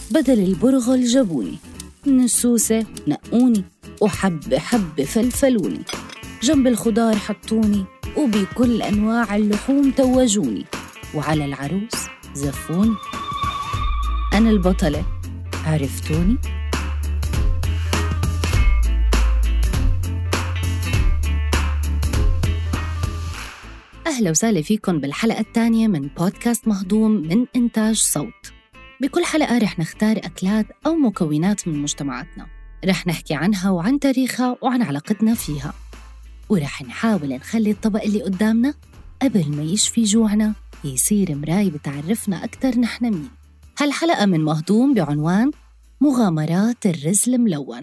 بدل البرغل جابوني، من السوسة نقوني، وحب حب فلفلوني، جنب الخضار حطوني، وبكل أنواع اللحوم توجوني، وعلى العروس زفوني. أنا البطلة، عرفتوني؟ أهلا وسهلا فيكم بالحلقة الثانية من بودكاست مهضوم من إنتاج صوت. بكل حلقة رح نختار أكلات أو مكونات من مجتمعاتنا، رح نحكي عنها وعن تاريخها وعن علاقتنا فيها، ورح نحاول نخلي الطبق اللي قدامنا قبل ما يشفي جوعنا يصير مراي بتعرفنا أكتر نحن مين. هالحلقة من مهضوم بعنوان مغامرات الرز الملون.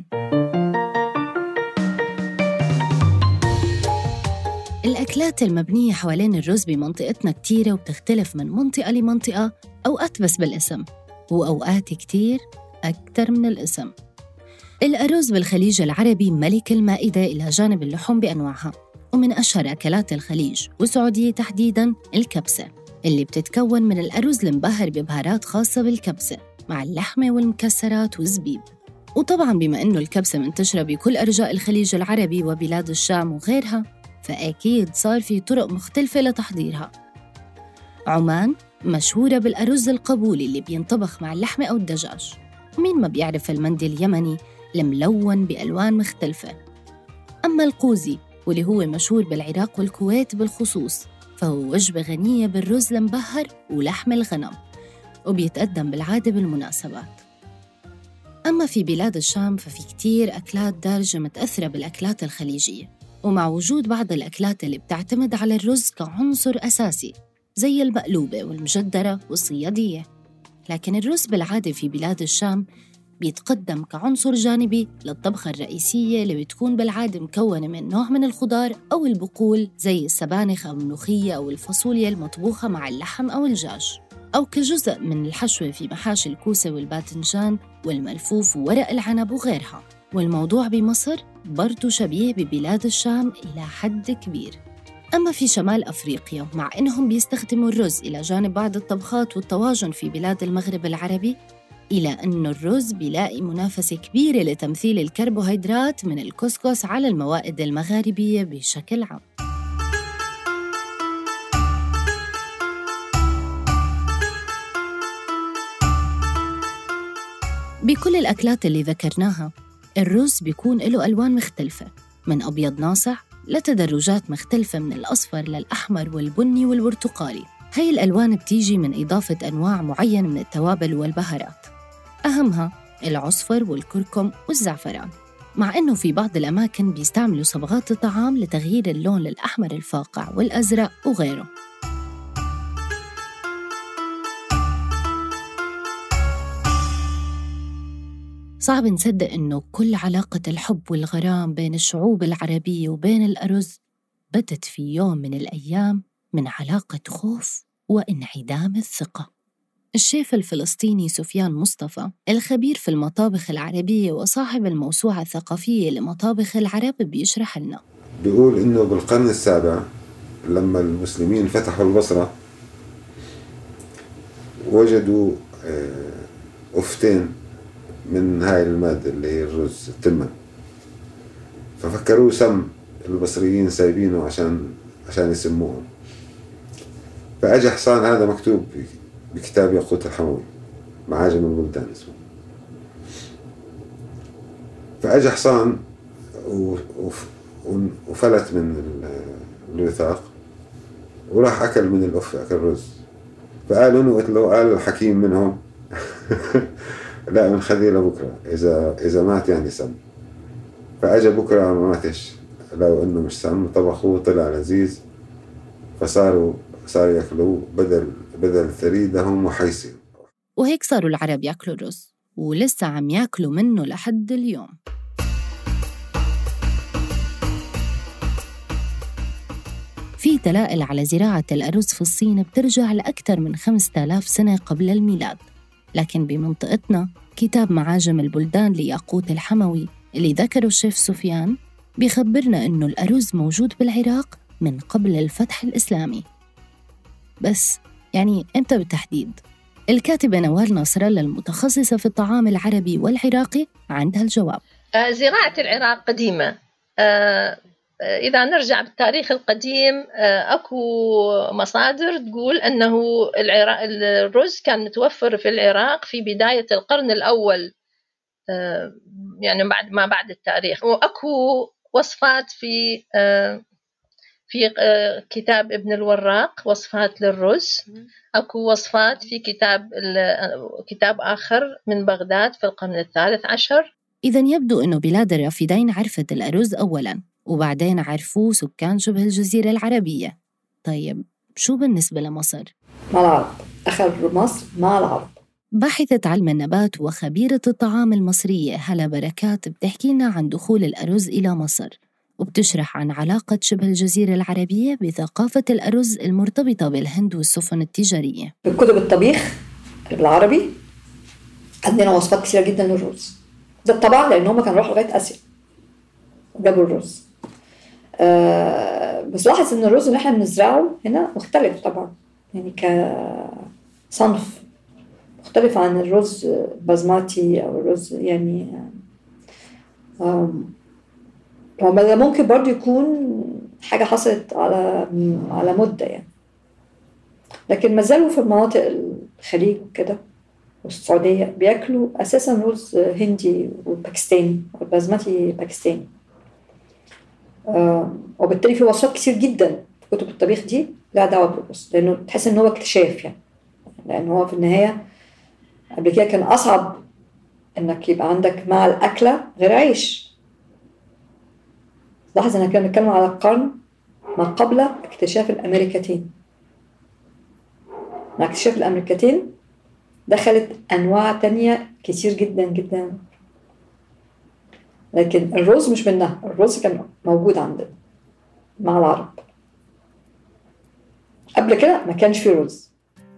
الأكلات المبنية حوالين الرز بمنطقتنا كتيرة وبتختلف من منطقة لمنطقة، أوقات بس بالاسم وأوقات كتير أكتر من الاسم. الأرز بالخليج العربي ملك المائدة إلى جانب اللحوم بأنواعها، ومن أشهر أكلات الخليج والسعودية تحديداً الكبسة، اللي بتتكون من الأرز المبهر ببهارات خاصة بالكبسة مع اللحمة والمكسرات والزبيب. وطبعاً بما أنه الكبسة منتشرة بكل أرجاء الخليج العربي وبلاد الشام وغيرها، فأكيد صار في طرق مختلفة لتحضيرها. عمان مشهورة بالأرز القبولي اللي بينطبخ مع اللحمة أو الدجاج، ومين ما بيعرف المندي اليمني الملون بألوان مختلفة. أما القوزي واللي هو مشهور بالعراق والكويت بالخصوص، فهو وجبة غنية بالرز المبهر ولحم الغنم، وبيتقدم بالعادة بالمناسبات. أما في بلاد الشام ففي كتير أكلات دارجة متأثرة بالأكلات الخليجية، ومع وجود بعض الأكلات اللي بتعتمد على الرز كعنصر أساسي زي المقلوبة والمجدرة والصيادية، لكن الرز بالعادة في بلاد الشام بيتقدم كعنصر جانبي للطبخة الرئيسية اللي بتكون بالعادة مكونة من نوع من الخضار أو البقول زي السبانخ أو الملوخية أو الفاصوليا المطبوخة مع اللحم أو الدجاج، أو كجزء من الحشوة في محاشي الكوسة والباذنجان والملفوف وورق العنب وغيرها. والموضوع بمصر برضو شبيه ببلاد الشام إلى حد كبير. أما في شمال أفريقيا، مع إنهم بيستخدموا الرز إلى جانب بعض الطبخات والطواجن في بلاد المغرب العربي، إلى أن الرز بيلاقي منافسة كبيرة لتمثيل الكربوهيدرات من الكسكس على الموائد المغاربية بشكل عام. بكل الأكلات اللي ذكرناها، الرز بيكون له ألوان مختلفة، من أبيض ناصع لتدرجات مختلفة من الأصفر للأحمر والبني والبرتقالي. هاي الألوان بتيجي من إضافة أنواع معينة من التوابل والبهارات، أهمها العصفر والكركم والزعفران، مع أنه في بعض الأماكن بيستعملوا صبغات الطعام لتغيير اللون للأحمر الفاقع والأزرق وغيره. صعب نصدق إنه كل علاقة الحب والغرام بين الشعوب العربية وبين الأرز بدت في يوم من الأيام من علاقة خوف وانعدام الثقة. الشيف الفلسطيني سفيان مصطفى، الخبير في المطابخ العربية وصاحب الموسوعة الثقافية لمطابخ العرب، بيشرح لنا. بيقول إنه بالقرن السابع لما المسلمين فتحوا البصرة وجدوا أفتين من هاي المادة اللي هي الرز التمن، ففكروا سم البصريين سايبينه عشان يسموهم. فأجى حصان، هذا مكتوب بكتاب ياقوت الحموي معاجم البلدان اسمه. فأجى حصان وفلت من الوثاق وراح أكل من الأف، أكل رز. فقالوا إنه قال الحكيم منهم لا، من خذيله بكرة، إذا مات يعني سم. فأجى بكرة ما ماتش، لو إنه مش سم، طبخوه طلع لذيذ، فصاروا يأكلوه بدل ثريدهم وحيسهم. وهيك صاروا العرب يأكلوا الرز، ولسه عم يأكلوا منه لحد اليوم. في دلائل على زراعة الأرز في الصين بترجع لأكثر من 5000 سنة قبل الميلاد، لكن بمنطقتنا كتاب معاجم البلدان لياقوت الحموي اللي ذكره الشيف سفيان بيخبرنا إنه الأرز موجود بالعراق من قبل الفتح الإسلامي. بس يعني إمتى بالتحديد؟ الكاتبة نوال ناصر الله المتخصصة في الطعام العربي والعراقي عندها الجواب. زراعة العراق قديمة. إذا نرجع بالتاريخ القديم أكو مصادر تقول أنه الرز كان متوفر في العراق في بداية القرن الأول، يعني بعد التاريخ. وأكو وصفات في كتاب ابن الوراق وصفات للرز. أكو وصفات في كتاب آخر من بغداد في القرن الثالث عشر. إذن يبدو أنه بلاد الرافدين عرفت الأرز أولاً، وبعدين عرفوه سكان شبه الجزيرة العربية. طيب شو بالنسبة لمصر؟ مع العرب، أخذ مصر مع العرب. باحثة علم النبات وخبيرة الطعام المصرية هلا بركات بتحكي لنا عن دخول الأرز إلى مصر، وبتشرح عن علاقة شبه الجزيرة العربية بثقافة الأرز المرتبطة بالهند والسفن التجارية. بكتب الطبيخ بالعربي عندنا وصفات كثيرة جدا للرز، ده طبعا لأن هم كانوا راحوا لغاية آسيا جابوا الرز. بس لاحظ إن الرز اللي احنا بنزرعه هنا مختلف طبعا، يعني كصنف مختلف عن الرز بازماتي أو الرز يعني ممكن برضو يكون حاجة حصلت على مدة يعني، لكن ما زالوا في المناطق الخليج وكده والسعودية بياكلوا أساساً رز هندي وباكستاني والبازماتي باكستاني. وبالتالي في وصفات كتير جداً في كتب الطبيخ دي لا دعوة بالرز، لأنه تحس إن هو اكتشاف يعني، لأنه هو في النهاية قبل كده كان أصعب إنك يبقى عندك مع الأكلة غير عيش. لاحظ إن كنا بنتكلم على القرن ما قبل اكتشاف الأمريكتين. مع اكتشاف الأمريكتين دخلت أنواع تانية كتير جدا جدا، لكن الرز مش منها. الرز كان موجود عندنا مع العرب، قبل كده ما كانش فيه رز.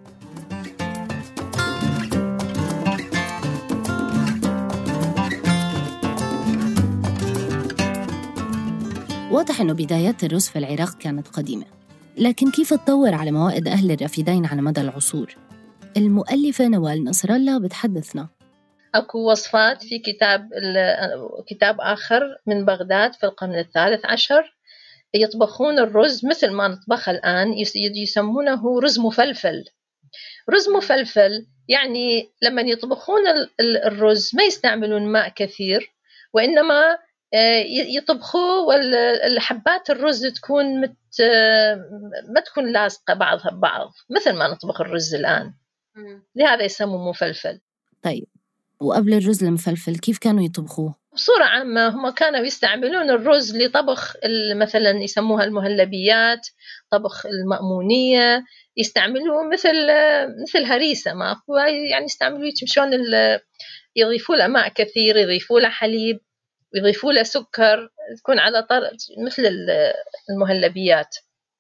واضح إنه بدايات الرز في العراق كانت قديمة، لكن كيف تطور على موائد أهل الرافدين على مدى العصور؟ المؤلفة نوال ناصر الله بتحدثنا. أكو وصفات في كتاب آخر من بغداد في القرن الثالث عشر يطبخون الرز مثل ما نطبخه الآن، يسمونه رز مفلفل. رز مفلفل يعني لما يطبخون الرز ما يستعملون ماء كثير، وإنما يطبخوه والحبات الرز تكون ما تكون لاصقة بعضها ببعض مثل ما نطبخ الرز الآن، لهذا يسموه مفلفل. طيب وقبل الرز المفلفل كيف كانوا يطبخوه؟ بصورة عامة هم كانوا يستعملون الرز لطبخ مثلا يسموها المهلبيات، طبخ المأمونية، يستعملوه مثل هريسة يعني يستعملوه شلون يضيفوا له ماء كثير، يضيفوا له حليب، ويضيفوا له سكر، تكون على مثل المهلبيات.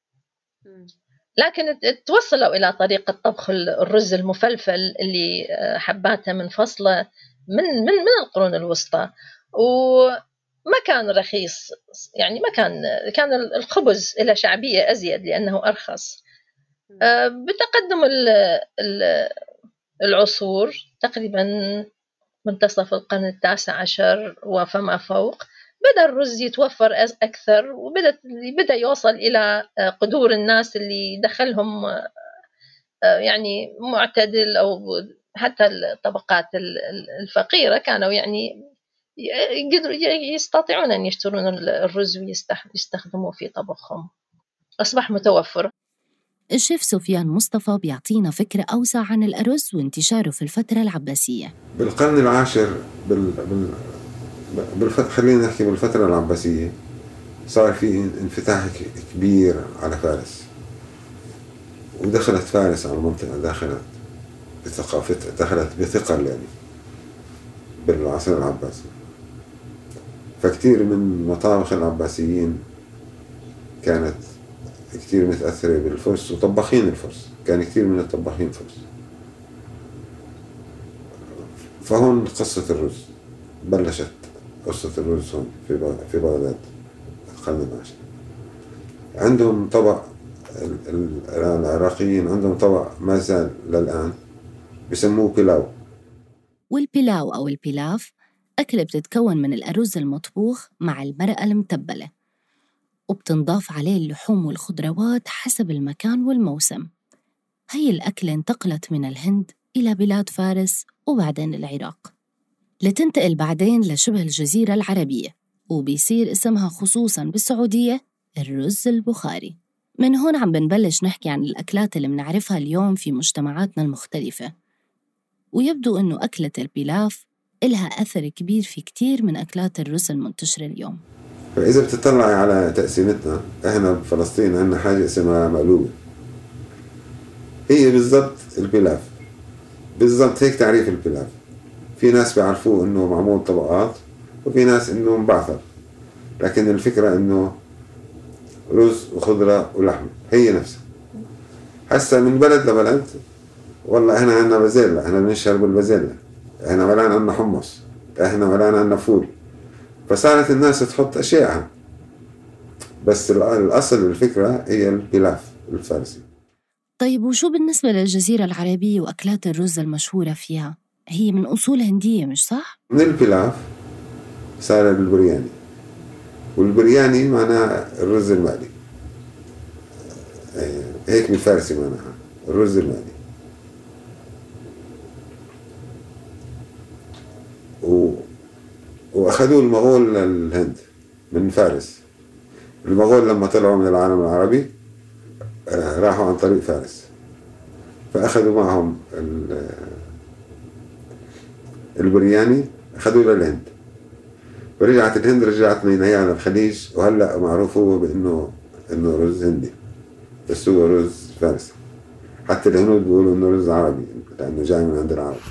لكن توصلوا إلى طريقة طبخ الرز المفلفل اللي حباتها منفصلة من القرون الوسطى، وما كان رخيص يعني، ما كان الخبز له شعبية أزيد لأنه أرخص. بتقدم العصور تقريبا منتصف القرن التاسع عشر وفما فوق بدأ الرز يتوفر أكثر، وبدأ يوصل إلى قدور الناس اللي دخلهم يعني معتدل، أو حتى الطبقات الفقيرة كانوا يعني يستطيعون أن يشترون الرز ويستخدموه في طبخهم، أصبح متوفر. الشيف سفيان مصطفى بيعطينا فكرة أوسع عن الأرز وانتشاره في الفترة العباسية. بالقرن العاشر خلينا نحكي بالفترة العباسية صار في انفتاح كبير على فارس، ودخلت فارس على المنطقة، دخلت بثقافتها، دخلت بثقل يعني بالعصر العباسي. فكتير من مطابخ العباسيين كانت كتير متأثرة بالفرس وطباخين الفرس، كان كتير من الطباخين فرس. فهون قصة الرز بلشت، قصة الرز هون في بغداد القرن العاشر. عندهم طبق، العراقيين عندهم طبق ما زال للآن بيسموه بيلاو. والبيلاو أو البيلاف أكلة بتتكون من الأرز المطبوخ مع المرقة المتبلة، وبتنضاف عليه اللحوم والخضروات حسب المكان والموسم. هي الأكلة انتقلت من الهند إلى بلاد فارس وبعدين العراق، لتنتقل بعدين لشبه الجزيرة العربية، وبيصير اسمها خصوصاً بالسعودية الرز البخاري. من هون عم بنبلش نحكي عن الأكلات اللي منعرفها اليوم في مجتمعاتنا المختلفة، ويبدو أنه أكلة البيلاف إلها أثر كبير في كتير من أكلات الرز المنتشرة اليوم. فإذا بتطلعي على تقسيمتنا، إحنا بفلسطين عندنا حاجة اسمها مقلوبة، هي بالضبط البيلاف، بالضبط هيك تعريف البيلاف. في ناس بيعرفوه إنه معمول طبقات، وفي ناس إنه مبعثر، لكن الفكرة إنه رز وخضرة ولحم هي نفسها. هسا من بلد لبلد، والله إحنا عندنا بازيلا، إحنا بنشتغل بالبازيلا، إحنا ولا عندنا حمص، إحنا ولا عندنا فول، فصارت الناس تحط أشياءها، بس الأصل الفكرة هي البيلاف الفارسي. طيب وشو بالنسبة للجزيرة العربية وأكلات الرز المشهورة فيها؟ هي من أصول هندية مش صح؟ من البيلاف صار البرياني، والبرياني معناها الرز المقلي، هيك بالفارسي معناها الرز المقلي. وأخذوا المغول للهند من فارس. المغول لما طلعوا من العالم العربي راحوا عن طريق فارس، فأخذوا معهم البرياني، أخذوا للهند، ورجعت الهند رجعت ميناها على الخليج، وهلأ معروف هو بأنه رز هندي، بس هو رز فارسي. حتى الهنود بيقولوا إنه رز عربي لأنه جاي من عند العرب.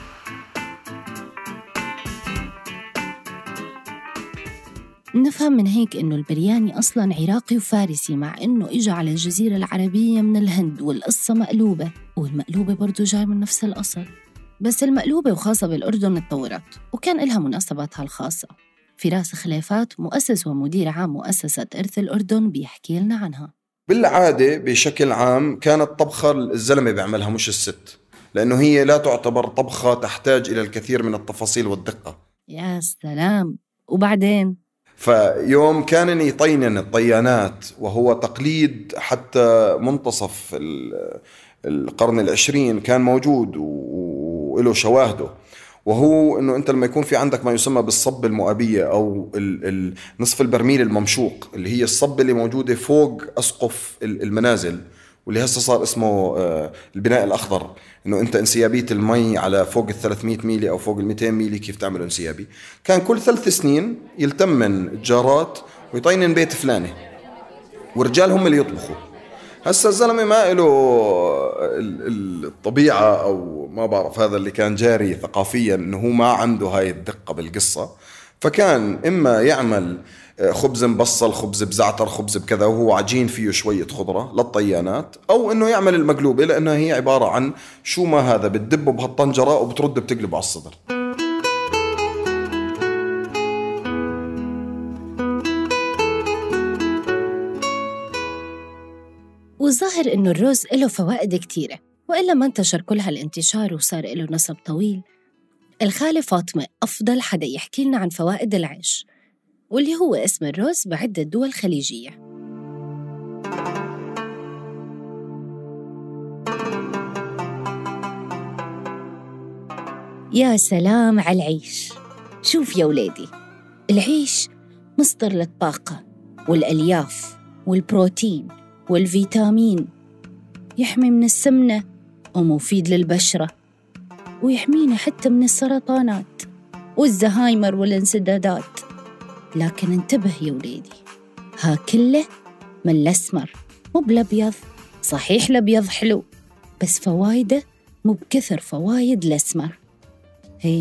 نفهم من هيك إنه البرياني أصلاً عراقي وفارسي، مع إنه إجا على الجزيرة العربية من الهند، والقصة مقلوبة، والمقلوبة برضو جاي من نفس الأصل. بس المقلوبة وخاصة بالأردن اتطورت وكان إلها مناسباتها الخاصة. فراس خليفات مؤسس ومدير عام مؤسسة إرث الأردن بيحكي لنا عنها. بالعادة بشكل عام كانت طبخة الزلمة بيعملها مش الست، لأنه هي لا تعتبر طبخة تحتاج إلى الكثير من التفاصيل والدقة. يا سلام. وبعدين فيوم كان يطينن الطيانات، وهو تقليد حتى منتصف القرن العشرين كان موجود وله شواهده، وهو إنه أنت لما يكون في عندك ما يسمى بالصب المؤبية أو نصف البرميل الممشوق، اللي هي الصب اللي موجودة فوق أسقف المنازل، واللي هسه صار اسمه البناء الأخضر، إنه أنت انسيابية المي على فوق 300 ميلي أو فوق 200 ميلي كيف تعمل انسيابي. كان كل 3 سنين يلتم من الجارات ويطينن بيت فلاني، ورجال هم اللي يطبخوا. هسه الزلمة ما له الطبيعة أو ما بعرف، هذا اللي كان جاري ثقافيا إنه هو ما عنده هاي الدقة بالقصة، فكان إما يعمل خبز مبصل، خبز بزعتر، خبز بكذا وهو عجين فيه شوية خضرة للطيانات، أو إنه يعمل المقلوبة، لأنها هي عبارة عن شو ما هذا بتدبه بهالطنجرة وبترد بتقلبه على الصدر. والظاهر إنه الرز له فوائد كتيرة، وإلا ما انتشر كل هالانتشار وصار له نسب طويل. الخالة فاطمة أفضل حدا يحكي لنا عن فوائد العيش، واللي هو اسم الرز بعدة دول خليجية. يا سلام على العيش. شوف يا ولادي، العيش مصدر للطاقة والألياف والبروتين والفيتامين، يحمي من السمنة ومفيد للبشرة، ويحمينا حتى من السرطانات والزهايمر والانسدادات. لكن انتبه يا ولادي، ها كله من الأسمر مو بالأبيض. صحيح الأبيض حلو، بس فوايده مو بكثر فوايد الأسمر. هي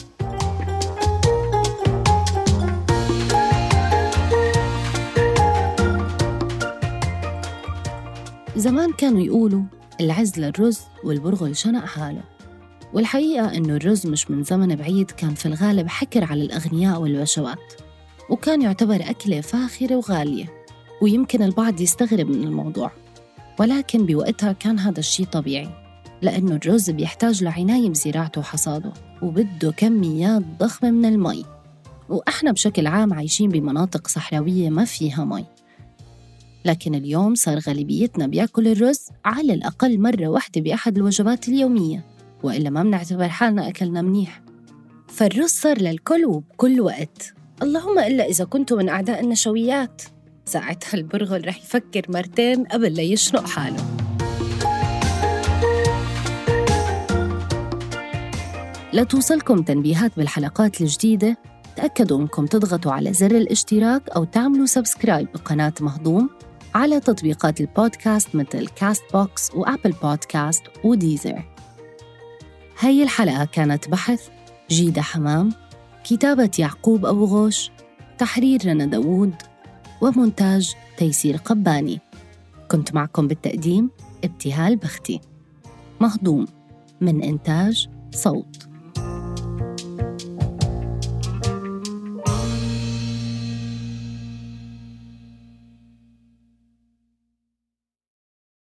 زمان كانوا يقولوا العز للرز والبرغل شنق حاله، والحقيقة إنه الرز مش من زمن بعيد كان في الغالب حكر على الأغنياء والبشوات، وكان يعتبر أكلة فاخرة وغالية، ويمكن البعض يستغرب من الموضوع، ولكن بوقتها كان هذا الشيء طبيعي. لأنه الرز بيحتاج لعناية بزراعته وحصاده وبده كميات ضخمة من المي، وإحنا بشكل عام عايشين بمناطق صحراوية ما فيها مي. لكن اليوم صار غالبيتنا بياكل الرز على الأقل مرة واحدة بأحد الوجبات اليومية، وإلا ما بنعتبر حالنا أكلنا منيح. فالرز صار للكل وبكل وقت، اللهم إلا إذا كنتوا من أعداء النشويات، ساعتها البرغل رح يفكر مرتين قبل لا يشنق حاله. لتوصلكم تنبيهات بالحلقات الجديدة، تأكدوا أنكم تضغطوا على زر الاشتراك أو تعملوا سبسكرايب بقناة مهضوم على تطبيقات البودكاست مثل كاست بوكس وآبل بودكاست وديزر. هاي الحلقة كانت بحث جيدة حمام، كتابة يعقوب أبو غوش، تحرير رنا داوود، ومونتاج تيسير قباني. كنت معكم بالتقديم ابتهال بختي. مهضوم من إنتاج صوت.